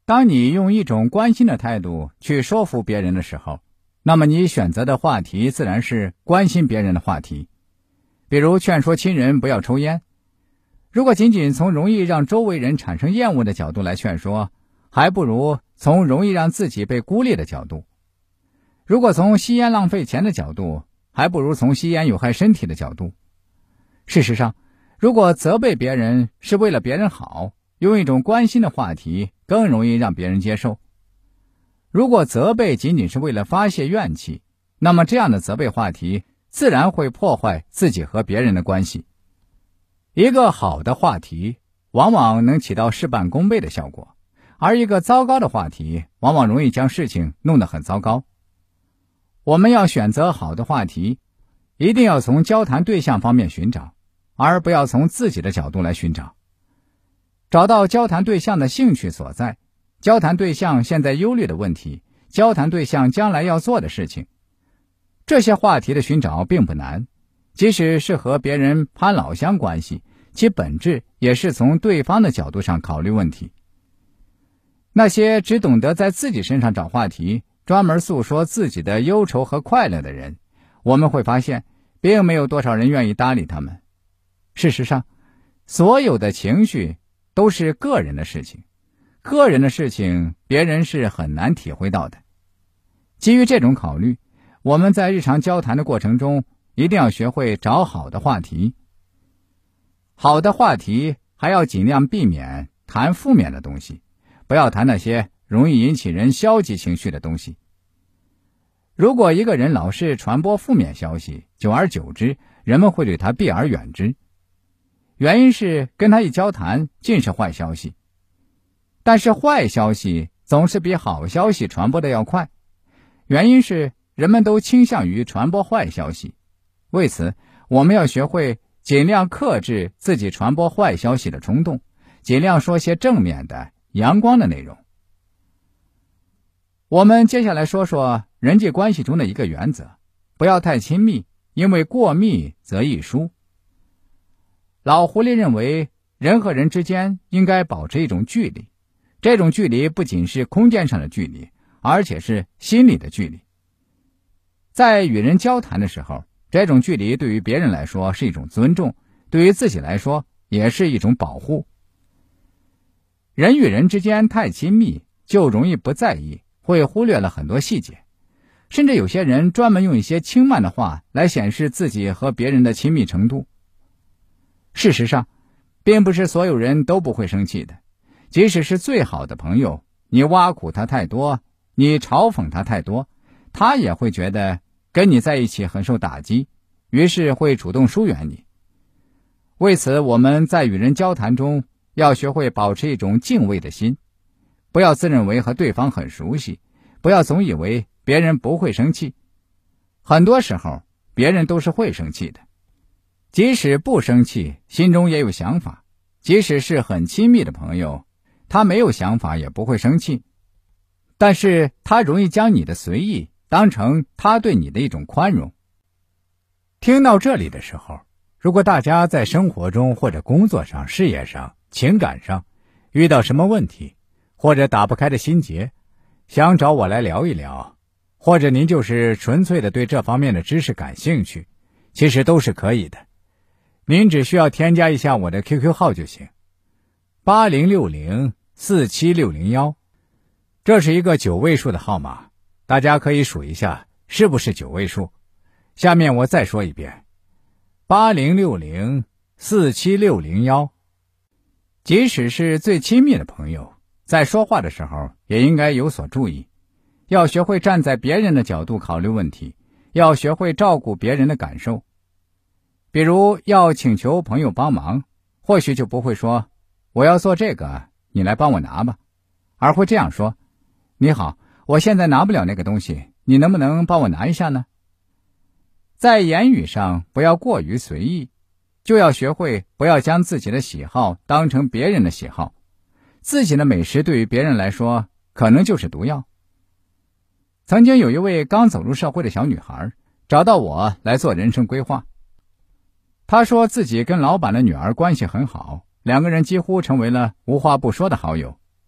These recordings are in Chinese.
当你用一种关心的态度去说服别人的时候，那么你选择的话题自然是关心别人的话题。比如劝说亲人不要抽烟，如果仅仅从容易让周围人产生厌恶的角度来劝说，还不如从容易让自己被孤立的角度。如果从吸烟浪费钱的角度，还不如从吸烟有害身体的角度。事实上，如果责备别人是为了别人好，用一种关心的话题更容易让别人接受。如果责备仅仅是为了发泄怨气，那么这样的责备话题自然会破坏自己和别人的关系。一个好的话题往往能起到事半功倍的效果，而一个糟糕的话题往往容易将事情弄得很糟糕。我们要选择好的话题，一定要从交谈对象方面寻找，而不要从自己的角度来寻找。找到交谈对象的兴趣所在，交谈对象现在忧虑的问题，交谈对象将来要做的事情，这些话题的寻找并不难。即使是和别人攀老乡关系，其本质也是从对方的角度上考虑问题。那些只懂得在自己身上找话题，专门诉说自己的忧愁和快乐的人，我们会发现并没有多少人愿意搭理他们。事实上，所有的情绪都是个人的事情，个人的事情别人是很难体会到的。基于这种考虑，我们在日常交谈的过程中一定要学会找好的话题。好的话题还要尽量避免谈负面的东西，不要谈那些容易引起人消极情绪的东西。如果一个人老是传播负面消息，久而久之，人们会对他避而远之。原因是跟他一交谈尽是坏消息，但是坏消息总是比好消息传播的要快，原因是人们都倾向于传播坏消息。为此，我们要学会尽量克制自己传播坏消息的冲动，尽量说些正面的、阳光的内容。我们接下来说说人际关系中的一个原则，不要太亲密，因为过密则易疏。老狐狸认为，人和人之间应该保持一种距离，这种距离不仅是空间上的距离，而且是心理的距离。在与人交谈的时候，这种距离对于别人来说是一种尊重，对于自己来说也是一种保护。人与人之间太亲密，就容易不在意，会忽略了很多细节，甚至有些人专门用一些轻慢的话来显示自己和别人的亲密程度。事实上，并不是所有人都不会生气的，即使是最好的朋友，你挖苦他太多，你嘲讽他太多，他也会觉得跟你在一起很受打击，于是会主动疏远你。为此，我们在与人交谈中要学会保持一种敬畏的心，不要自认为和对方很熟悉，不要总以为别人不会生气。很多时候，别人都是会生气的。即使不生气，心中也有想法。即使是很亲密的朋友，他没有想法也不会生气，但是他容易将你的随意当成他对你的一种宽容。听到这里的时候，如果大家在生活中或者工作上、事业上、情感上遇到什么问题，或者打不开的心结，想找我来聊一聊，或者您就是纯粹的对这方面的知识感兴趣，其实都是可以的。您只需要添加一下我的 QQ 号就行，80604761，这是一个9位数的号码，大家可以数一下是不是9位数。下面我再说一遍，80604761。即使是最亲密的朋友，在说话的时候也应该有所注意，要学会站在别人的角度考虑问题，要学会照顾别人的感受。比如要请求朋友帮忙，或许就不会说我要做这个，你来帮我拿吧，而会这样说，你好，我现在拿不了那个东西，你能不能帮我拿一下呢？在言语上不要过于随意，就要学会不要将自己的喜好当成别人的喜好，自己的美食对于别人来说可能就是毒药。曾经有一位刚走入社会的小女孩找到我来做人生规划，她说自己跟老板的女儿关系很好，两个人几乎成为了无话不说的好友。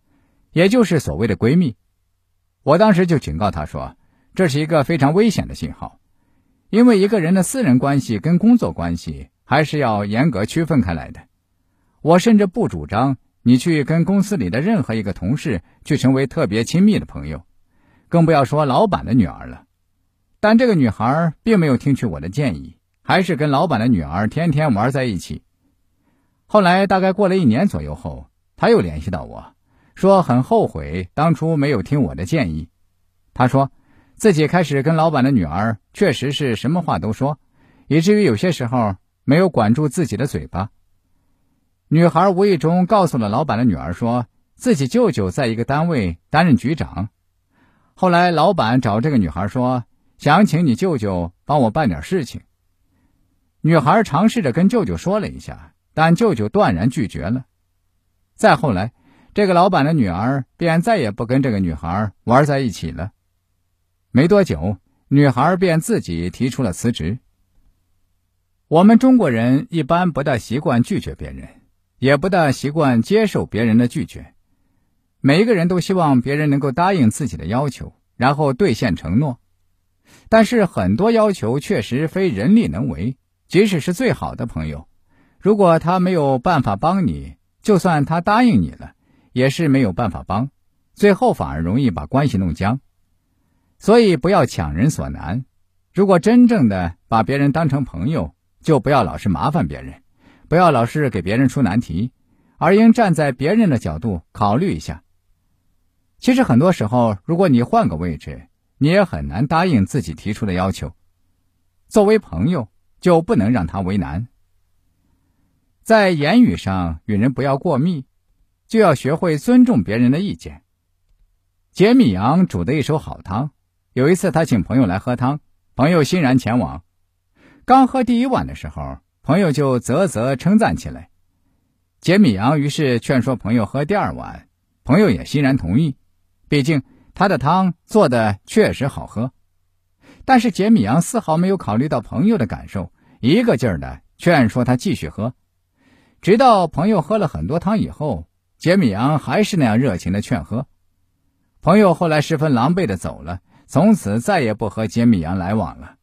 也就是所谓的闺蜜。我当时就警告她说，这是一个非常危险的信号，因为一个人的私人关系跟工作关系还是要严格区分开来的。我甚至不主张你去跟公司里的任何一个同事去成为特别亲密的朋友，更不要说老板的女儿了。但这个女孩并没有听取我的建议，还是跟老板的女儿天天玩在一起。后来大概过了1年左右后，她又联系到我，说很后悔当初没有听我的建议。她说自己开始跟老板的女儿确实是什么话都说，以至于有些时候没有管住自己的嘴巴。女孩无意中告诉了老板的女儿说，自己舅舅在一个单位担任局长。后来老板找这个女孩说，想请你舅舅帮我办点事情。女孩尝试着跟舅舅说了一下，但舅舅断然拒绝了。再后来，这个老板的女儿便再也不跟这个女孩玩在一起了。没多久，女孩便自己提出了辞职。我们中国人一般不大习惯拒绝别人，也不大习惯接受别人的拒绝。每一个人都希望别人能够答应自己的要求，然后兑现承诺。但是很多要求确实非人力能为，即使是最好的朋友，如果他没有办法帮你，就算他答应你了，也是没有办法帮，最后反而容易把关系弄僵。所以不要强人所难，如果真正的把别人当成朋友，就不要老是麻烦别人，不要老是给别人出难题，而应站在别人的角度考虑一下。其实很多时候，如果你换个位置，你也很难答应自己提出的要求。作为朋友，就不能让他为难。在言语上与人不要过密，就要学会尊重别人的意见。杰米扬煮的一手好汤，有一次他请朋友来喝汤，朋友欣然前往。刚喝第1碗的时候，朋友就啧啧称赞起来。杰米扬于是劝说朋友喝第2碗，朋友也欣然同意，毕竟他的汤做的确实好喝。但是杰米扬丝毫没有考虑到朋友的感受，一个劲儿的劝说他继续喝。直到朋友喝了很多汤以后，杰米扬还是那样热情的劝喝。朋友后来十分狼狈的走了，从此再也不和杰米扬来往了。